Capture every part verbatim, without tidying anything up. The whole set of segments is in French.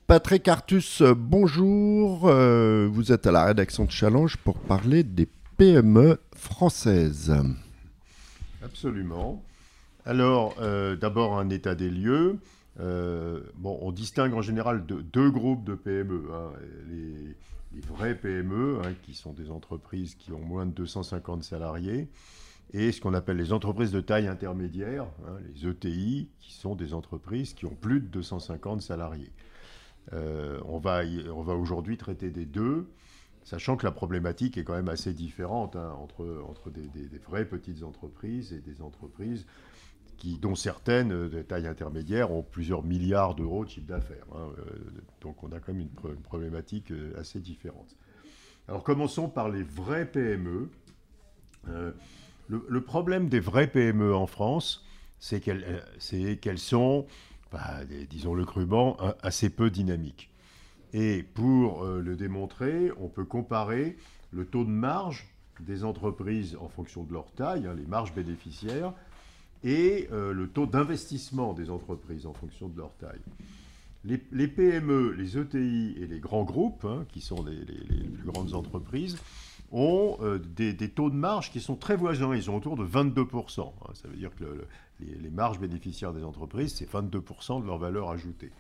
Patrick Artus, bonjour. Euh, vous êtes à la rédaction de Challenge pour parler des P M E françaises. Absolument. Alors, euh, d'abord un état des lieux. Euh, bon, on distingue en général de, deux groupes de P M E. Hein. Les, les vrais P M E, hein, qui sont des entreprises qui ont moins de deux cent cinquante salariés, et ce qu'on appelle les entreprises de taille intermédiaire, hein, les E T I, qui sont des entreprises qui ont plus de deux cent cinquante salariés. Euh, on va, on va aujourd'hui traiter des deux, sachant que la problématique est quand même assez différente, hein, entre, entre des, des, des vraies petites entreprises et des entreprises qui, dont certaines de taille intermédiaire ont plusieurs milliards d'euros de chiffre d'affaires. Hein. Euh, donc on a quand même une, une problématique assez différente. Alors commençons par les vrais P M E. Euh, le, le problème des vrais P M E en France, c'est qu'elles, c'est qu'elles sont, bah, disons-le crûment, assez peu dynamiques. Et pour euh, le démontrer, on peut comparer le taux de marge des entreprises en fonction de leur taille, hein, les marges bénéficiaires, et euh, le taux d'investissement des entreprises en fonction de leur taille. Les, les P M E, les E T I et les grands groupes, hein, qui sont les, les, les plus grandes entreprises, ont euh, des, des taux de marge qui sont très voisins. Ils sont autour de vingt-deux pour cent. Hein. Ça veut dire que le, le, les, les marges bénéficiaires des entreprises, c'est vingt-deux pour cent de leur valeur ajoutée.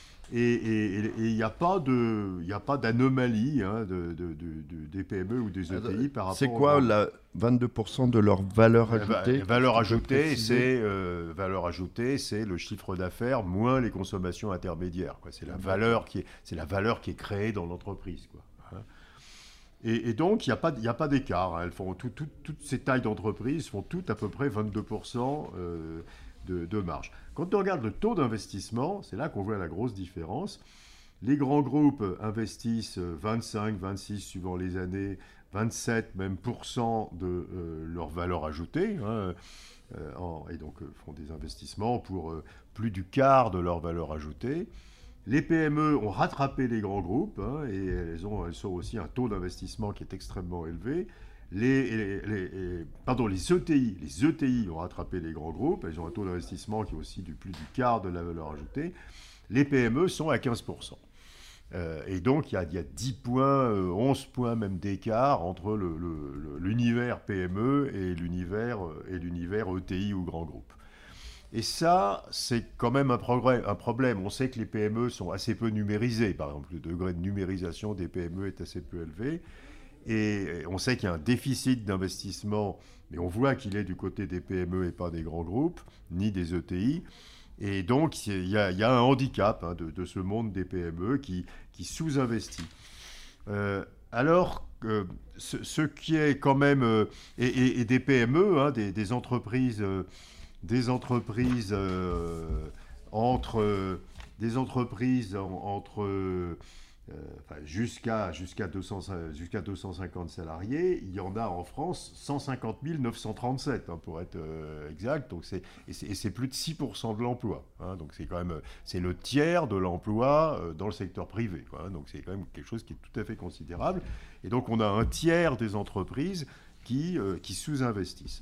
Et il n'y a pas d'anomalie, hein, de, de, de, de, des P M E ou des E T I par rapport. C'est quoi la vingt-deux pour cent de leur valeur ajoutée? La valeur ajoutée, c'est euh, valeur ajoutée, c'est le chiffre d'affaires moins les consommations intermédiaires. C'est la valeur qui est, c'est la valeur qui est créée dans l'entreprise, quoi. Et, et donc, il n'y a pas, y a pas d'écart. Hein. Elles font tout, tout, toutes ces tailles d'entreprise font toutes à peu près vingt-deux pour cent euh, de, de marge. Quand on regarde le taux d'investissement, c'est là qu'on voit la grosse différence. Les grands groupes investissent vingt-cinq, vingt-six suivant les années, vingt-sept même pour cent de euh, leur valeur ajoutée, hein, euh, en, et donc euh, font des investissements pour euh, plus du quart de leur valeur ajoutée. Les P M E ont rattrapé les grands groupes, hein, et elles ont, elles ont aussi un taux d'investissement qui est extrêmement élevé. Les, les, les, les, pardon, les E T I, les E T I ont rattrapé les grands groupes, elles ont un taux d'investissement qui est aussi du plus du quart de la valeur ajoutée. Les P M E sont à quinze pour cent. Euh, et donc, il y a, y a dix points, euh, onze points même d'écart entre le, le, l'univers P M E et l'univers, et l'univers E T I ou grand groupe. Et ça, c'est quand même un, progrès, un problème. On sait que les P M E sont assez peu numérisés. Par exemple, le degré de numérisation des P M E est assez peu élevé. Et on sait qu'il y a un déficit d'investissement, mais on voit qu'il est du côté des P M E et pas des grands groupes, ni des E T I. Et donc, il y a, il y a un handicap, hein, de, de ce monde des P M E qui, qui sous-investit. Euh, alors, euh, ce, ce qui est quand même... Euh, et, et, et des P M E, hein, des, des entreprises... Euh, des entreprises euh, entre euh, des entreprises en, entre euh, enfin, jusqu'à jusqu'à deux cents, jusqu'à deux cent cinquante salariés, il y en a en France cent cinquante mille neuf cent trente-sept, hein, pour être euh, exact. Donc c'est, et, c'est, et c'est plus de six pour cent de l'emploi. Hein, donc c'est quand même c'est le tiers de l'emploi euh, dans le secteur privé, quoi, hein, donc c'est quand même quelque chose qui est tout à fait considérable. Et donc on a un tiers des entreprises qui, euh, qui sous-investissent.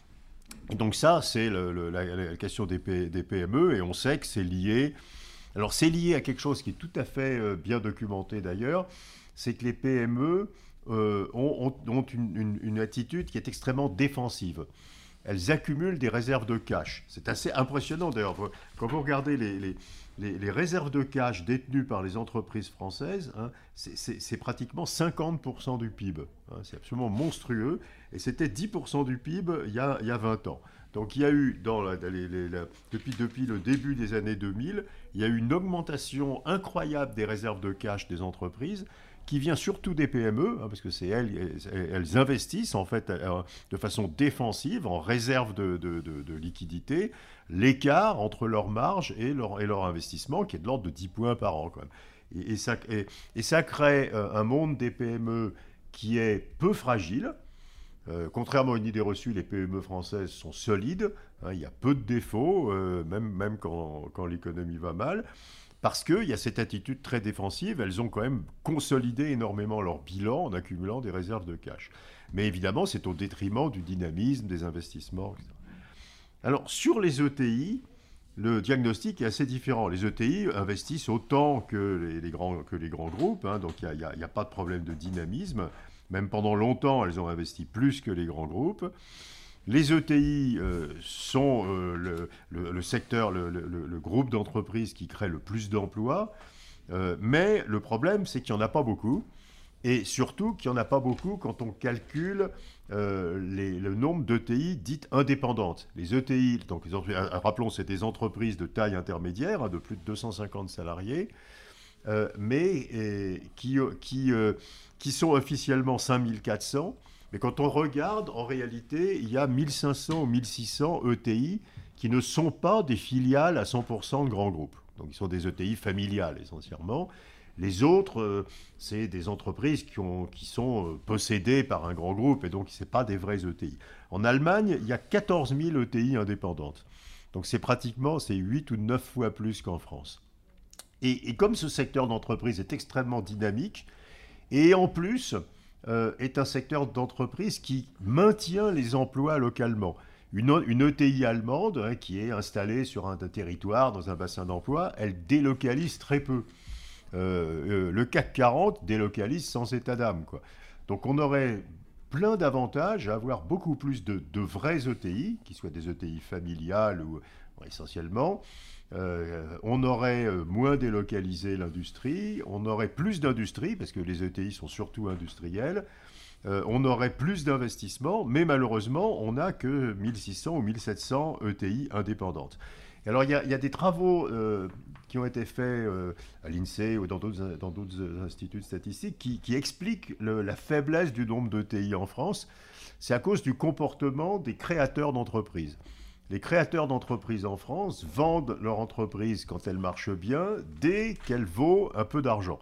Donc ça, c'est le, le, la, la question des, P, des P M E, et on sait que c'est lié... Alors c'est lié à quelque chose qui est tout à fait euh, bien documenté d'ailleurs, c'est que les P M E euh, ont, ont une, une, une attitude qui est extrêmement défensive. Elles accumulent des réserves de cash. C'est assez impressionnant d'ailleurs. Quand vous regardez les, les, les, les réserves de cash détenues par les entreprises françaises, hein, c'est, c'est, c'est pratiquement cinquante pour cent du P I B. Hein, c'est absolument monstrueux. Et c'était dix pour cent du P I B il y a, il y a vingt ans. Donc il y a eu, dans la, les, les, la, depuis, depuis le début des années deux mille, il y a eu une augmentation incroyable des réserves de cash des entreprises, qui vient surtout des P M E, hein, parce que c'est elles, elles, elles investissent en fait euh, de façon défensive, en réserve de, de, de, de liquidité, l'écart entre leur marge et leur, et leur investissement, qui est de l'ordre de dix points par an, quand même. Et, et, ça, et, et ça crée euh, un monde des P M E qui est peu fragile. Euh, contrairement à une idée reçue, les P M E françaises sont solides, hein, il y a peu de défauts, euh, même, même quand, quand l'économie va mal. Parce qu'il y a cette attitude très défensive, elles ont quand même consolidé énormément leur bilan en accumulant des réserves de cash. Mais évidemment, c'est au détriment du dynamisme, des investissements, et cetera. Alors, sur les E T I, le diagnostic est assez différent. Les E T I investissent autant que les, les grands, que les grands groupes, hein, donc il n'y a, a, a pas de problème de dynamisme. Même pendant longtemps, elles ont investi plus que les grands groupes. Les E T I euh, sont euh, le, le, le secteur, le, le, le groupe d'entreprises qui crée le plus d'emplois, euh, mais le problème, c'est qu'il n'y en a pas beaucoup. Et surtout qu'il n'y en a pas beaucoup quand on calcule euh, les, le nombre d'E T I dites indépendantes. Les E T I, donc, rappelons, c'est des entreprises de taille intermédiaire, hein, de plus de deux cent cinquante salariés, euh, mais euh, qui, qui, euh, qui sont officiellement cinq mille quatre cents. Mais quand on regarde, en réalité, il y a mille cinq cents ou mille six cents E T I qui ne sont pas des filiales à cent pour cent de grands groupes. Donc, ils sont des E T I familiales essentiellement. Les autres, euh, c'est des entreprises qui, ont, qui sont euh, possédées par un grand groupe et donc ce n'est pas des vrais E T I. En Allemagne, il y a quatorze mille E T I indépendantes. Donc c'est pratiquement c'est huit ou neuf fois plus qu'en France. Et, et comme ce secteur d'entreprise est extrêmement dynamique et en plus euh, est un secteur d'entreprise qui maintient les emplois localement. Une, une E T I allemande hein, qui est installée sur un, un territoire, dans un bassin d'emploi, elle délocalise très peu. Euh, euh, le C A C quarante délocalise sans état d'âme, quoi. Donc on aurait plein d'avantages à avoir beaucoup plus de, de vrais E T I, qui soient des E T I familiales ou bon, essentiellement. Euh, on aurait moins délocalisé l'industrie, on aurait plus d'industrie, parce que les E T I sont surtout industriels. Euh, on aurait plus d'investissements, mais malheureusement, on n'a que mille six cents ou mille sept cents E T I indépendantes. Et alors, il y, y a des travaux euh, qui ont été faits euh, à l'INSEE ou dans d'autres, dans d'autres instituts de statistiques qui, qui expliquent le, la faiblesse du nombre d'E T I en France. C'est à cause du comportement des créateurs d'entreprises. Les créateurs d'entreprises en France vendent leur entreprise quand elle marche bien, dès qu'elle vaut un peu d'argent.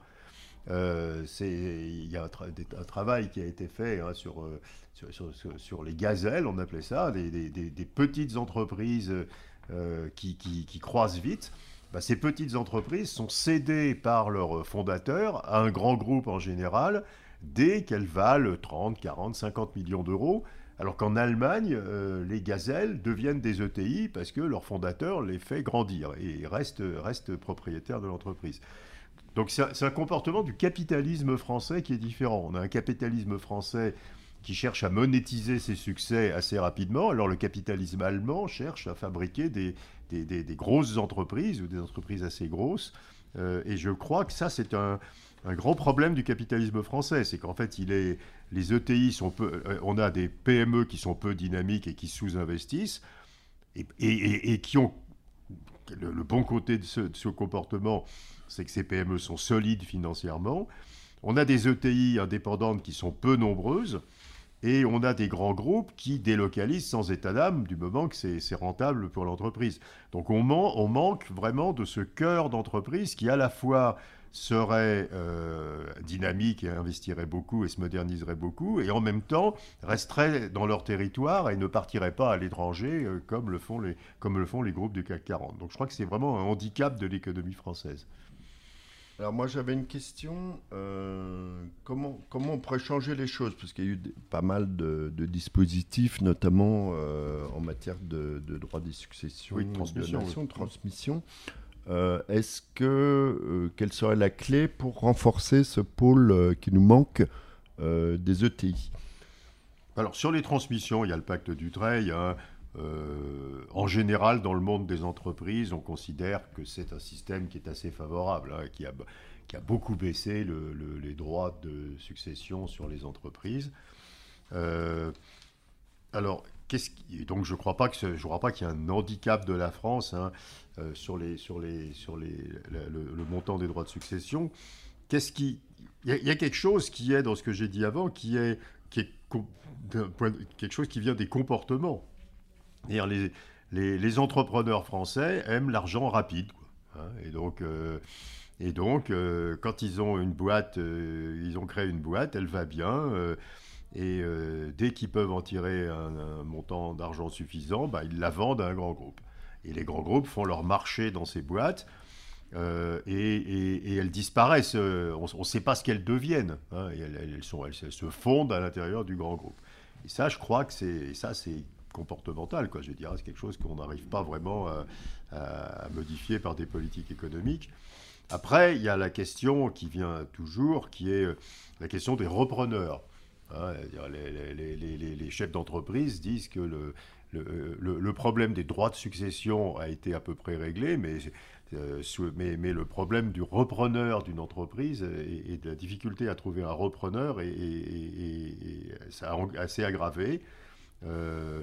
Euh, il y a un, tra un travail qui a été fait hein, sur, euh, sur, sur, sur, sur les gazelles, on appelait ça, des, des, des, des petites entreprises euh, qui, qui, qui croissent vite. Bah, ces petites entreprises sont cédées par leurs fondateurs à un grand groupe en général, dès qu'elles valent trente, quarante, cinquante millions d'euros. Alors qu'en Allemagne, euh, les gazelles deviennent des E T I parce que leur fondateur les fait grandir et restent, restent propriétaires de l'entreprise. Donc c'est un, un comportement du capitalisme français qui est différent. On a un capitalisme français qui cherche à monétiser ses succès assez rapidement, alors le capitalisme allemand cherche à fabriquer des, des, des, des grosses entreprises ou des entreprises assez grosses. Euh, et je crois que ça, c'est un, un grand problème du capitalisme français. C'est qu'en fait, il est, les E T I sont peu, euh, on a des P M E qui sont peu dynamiques et qui sous-investissent et, et, et, et qui ont le, le bon côté de ce, de ce comportement, c'est que ces P M E sont solides financièrement. On a des E T I indépendantes qui sont peu nombreuses et on a des grands groupes qui délocalisent sans état d'âme du moment que c'est rentable pour l'entreprise. Donc on, man on manque vraiment de ce cœur d'entreprise qui à la fois serait euh, dynamique et investirait beaucoup et se moderniserait beaucoup et en même temps resterait dans leur territoire et ne partirait pas à l'étranger euh, comme, le font les, comme le font les groupes du C A C quarante. Donc je crois que c'est vraiment un handicap de l'économie française. Alors moi j'avais une question, euh, comment, comment on pourrait changer les choses? Parce qu'il y a eu des, pas mal de, de dispositifs, notamment euh, en matière de, de droit des successions, oui, de transmission. De, oui. de transmission. Euh, Est-ce que, euh, quelle serait la clé pour renforcer ce pôle euh, qui nous manque euh, des E T I? Alors sur les transmissions, il y a le pacte Dutreil, hein. Euh, en général, dans le monde des entreprises, on considère que c'est un système qui est assez favorable, hein, qui, a, qui a beaucoup baissé le, le, les droits de succession sur les entreprises. Euh, alors, qu'est-ce qui, donc je ne crois pas qu'il y ait un handicap de la France hein, euh, sur, les, sur, les, sur les, le, le, le montant des droits de succession. Qu'est-ce qui, il y, y a quelque chose qui est dans ce que j'ai dit avant, qui est, qui est point, quelque chose qui vient des comportements. Les, les, les entrepreneurs français aiment l'argent rapide, quoi, hein, et donc, euh, et donc euh, quand ils ont une boîte, euh, ils ont créé une boîte, elle va bien, euh, et euh, dès qu'ils peuvent en tirer un, un montant d'argent suffisant, bah, ils la vendent à un grand groupe. Et les grands groupes font leur marché dans ces boîtes, euh, et, et, et elles disparaissent. On ne sait pas ce qu'elles deviennent, hein, et elles, elles, sont, elles, elles se fondent à l'intérieur du grand groupe. Et ça, je crois que c'est ça, c'est comportementale, quoi. Je dirais, c'est quelque chose qu'on n'arrive pas vraiment à, à, à modifier par des politiques économiques. Après, il y a la question qui vient toujours, qui est la question des repreneurs. Hein, les, les, les, les, les chefs d'entreprise disent que le, le, le, le problème des droits de succession a été à peu près réglé, mais, euh, mais, mais le problème du repreneur d'une entreprise et, et de la difficulté à trouver un repreneur est, est, est, est, ça a assez aggravé. Euh,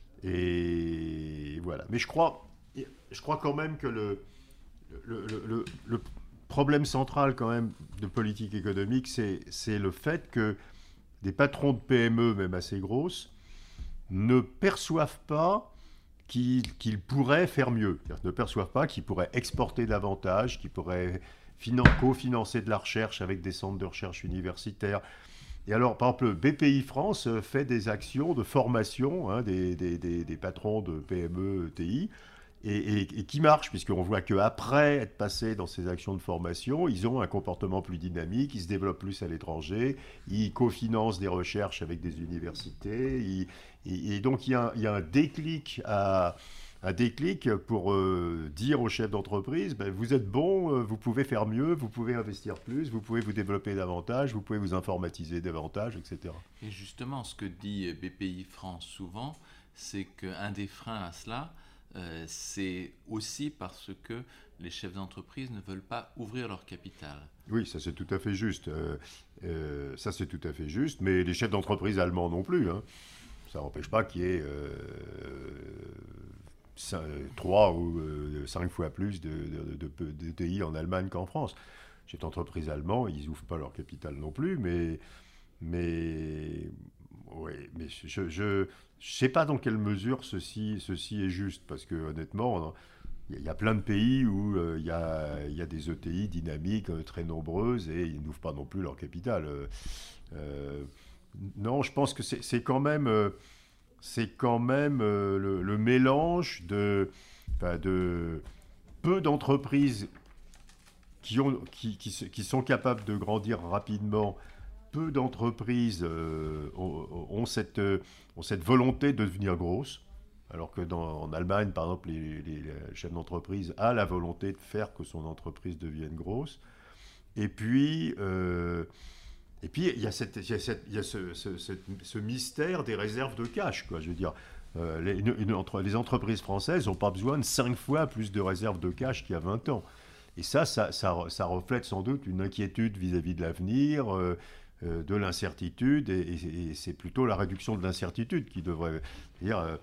et voilà. Mais je crois, je crois quand même que le, le, le, le, le problème central quand même de politique économique, c'est, c'est le fait que des patrons de P M E, même assez grosses, ne perçoivent pas qu'ils, qu'ils pourraient faire mieux. C'est-à-dire, ne perçoivent pas qu'ils pourraient exporter davantage, qu'ils pourraient finan- co-financer de la recherche avec des centres de recherche universitaires. Et alors, par exemple, B P I France fait des actions de formation hein, des, des, des, des patrons de P M E, E T I, et, et, et qui marchent, puisqu'on voit qu'après être passés dans ces actions de formation, ils ont un comportement plus dynamique, ils se développent plus à l'étranger, ils cofinancent des recherches avec des universités, ils, et, et donc il y, a, il y a un déclic à... un déclic pour euh, dire aux chefs d'entreprise, ben, vous êtes bon, euh, vous pouvez faire mieux, vous pouvez investir plus, vous pouvez vous développer davantage, vous pouvez vous informatiser davantage, et cetera. Et justement, ce que dit B P I France souvent, c'est qu'un des freins à cela, euh, c'est aussi parce que les chefs d'entreprise ne veulent pas ouvrir leur capital. Oui, ça c'est tout à fait juste. Euh, euh, ça c'est tout à fait juste, mais les chefs d'entreprise allemands non plus. Hein. Ça n'empêche pas qu'il y ait... Euh, trois ou euh, cinq fois plus de, de, de, de, de T I en Allemagne qu'en France. Cette entreprise allemande, ils n'ouvrent pas leur capital non plus, mais, mais, ouais, mais je ne je, je sais pas dans quelle mesure ceci, ceci est juste, parce que honnêtement, il y, y a plein de pays où il euh, y, a, y a des E T I dynamiques euh, très nombreuses et ils n'ouvrent pas non plus leur capital. Euh, euh, non, je pense que c'est, c'est quand même... Euh, c'est quand même euh, le, le mélange de, enfin de peu d'entreprises qui, ont, qui, qui, qui sont capables de grandir rapidement. Peu d'entreprises euh, ont, ont, cette, ont cette volonté de devenir grosses, alors que dans, en Allemagne, par exemple, les, les, les chefs d'entreprise ont la volonté de faire que son entreprise devienne grosse. Et puis... Euh, Et puis, il y a, cette, il y a, cette, il y a ce, ce, ce, ce mystère des réserves de cash, quoi. Je veux dire, euh, les, une, une, entre, les entreprises françaises n'ont pas besoin de cinq fois plus de réserves de cash qu'il y a vingt ans. Et ça, ça, ça, ça reflète sans doute une inquiétude vis-à-vis de l'avenir, euh, euh, de l'incertitude, et, et, et c'est plutôt la réduction de l'incertitude qui devrait... Dire, euh,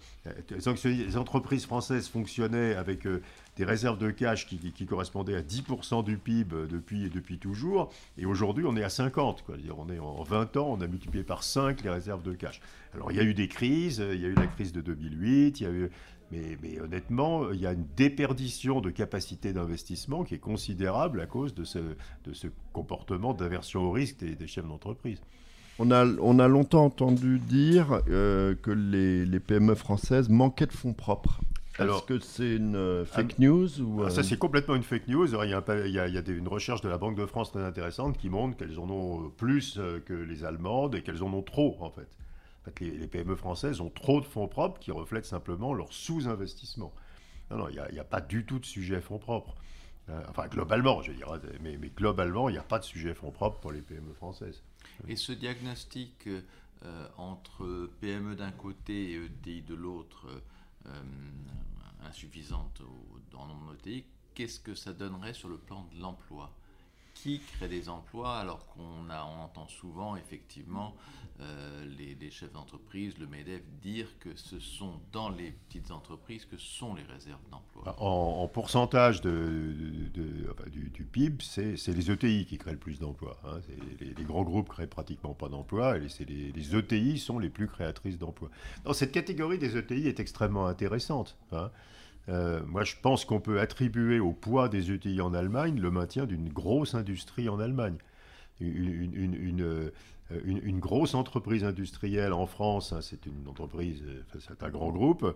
les entreprises françaises fonctionnaient avec... Euh, des réserves de cash qui, qui correspondaient à dix pour cent du P I B depuis, depuis toujours, et aujourd'hui on est à cinquante. Quoi. On est en vingt ans, on a multiplié par cinq les réserves de cash. Alors il y a eu des crises, il y a eu la crise de deux mille huit, il y a eu, mais, mais honnêtement, il y a une déperdition de capacité d'investissement qui est considérable à cause de ce, de ce comportement d'aversion au risque des, des chefs d'entreprise. On a, on a longtemps entendu dire euh, que les, les P M E françaises manquaient de fonds propres. Alors, est-ce que c'est une euh, fake ah, news ou, euh... Ça, c'est complètement une fake news. Alors, il y a, un, il y a, il y a des, une recherche de la Banque de France très intéressante qui montre qu'elles en ont plus que les Allemandes et qu'elles en ont trop, en fait. En fait les, les P M E françaises ont trop de fonds propres qui reflètent simplement leur sous-investissement. Non, non, il n'y a, a pas du tout de sujet fonds propres. Euh, enfin, globalement, je dirais, mais, mais globalement, il n'y a pas de sujet fonds propres pour les P M E françaises. Et ce diagnostic euh, entre P M E d'un côté et E T I de l'autre... Euh, insuffisante au, en nombre de E T I, qu'est-ce que ça donnerait sur le plan de l'emploi ? Qui crée des emplois alors qu'on a, on entend souvent effectivement euh, les, les chefs d'entreprise, le MEDEF dire que ce sont dans les petites entreprises que sont les réserves d'emploi. En, en pourcentage de, de, de, enfin, du, du P I B, c'est, c'est les E T I qui créent le plus d'emplois. Hein. C'est les, les grands groupes créent pratiquement pas d'emplois et c'est les, les E T I sont les plus créatrices d'emplois. Non, cette catégorie des E T I est extrêmement intéressante. Hein. Euh, moi, je pense qu'on peut attribuer au poids des E T I en Allemagne le maintien d'une grosse industrie en Allemagne. Une, une, une, une, une grosse entreprise industrielle en France, hein, c'est une entreprise, c'est un grand groupe,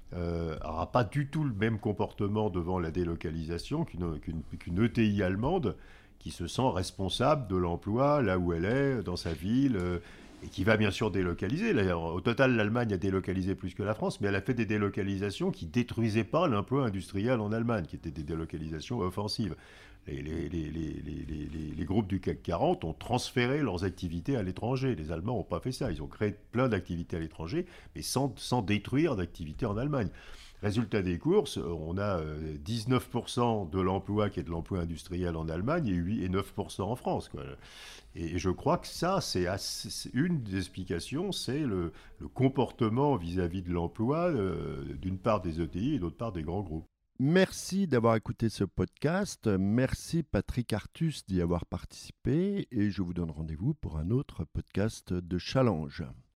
n'aura euh, pas du tout le même comportement devant la délocalisation qu'une, qu'une, qu'une E T I allemande qui se sent responsable de l'emploi là où elle est, dans sa ville, euh, et qui va bien sûr délocaliser. Là, au total, l'Allemagne a délocalisé plus que la France, mais elle a fait des délocalisations qui ne détruisaient pas l'emploi industriel en Allemagne, qui étaient des délocalisations offensives. Les, les, les, les, les, les, les groupes du C A C quarante ont transféré leurs activités à l'étranger. Les Allemands n'ont pas fait ça. Ils ont créé plein d'activités à l'étranger, mais sans, sans détruire d'activités en Allemagne. Résultat des courses, on a dix-neuf pour cent de l'emploi qui est de l'emploi industriel en Allemagne et huit et neuf pour cent en France, quoi. Et je crois que ça, c'est assez, une des explications, c'est le, le comportement vis-à-vis de l'emploi, euh, d'une part des E T I et d'autre part des grands groupes. Merci d'avoir écouté ce podcast. Merci Patrick Artus d'y avoir participé et je vous donne rendez-vous pour un autre podcast de Challenge.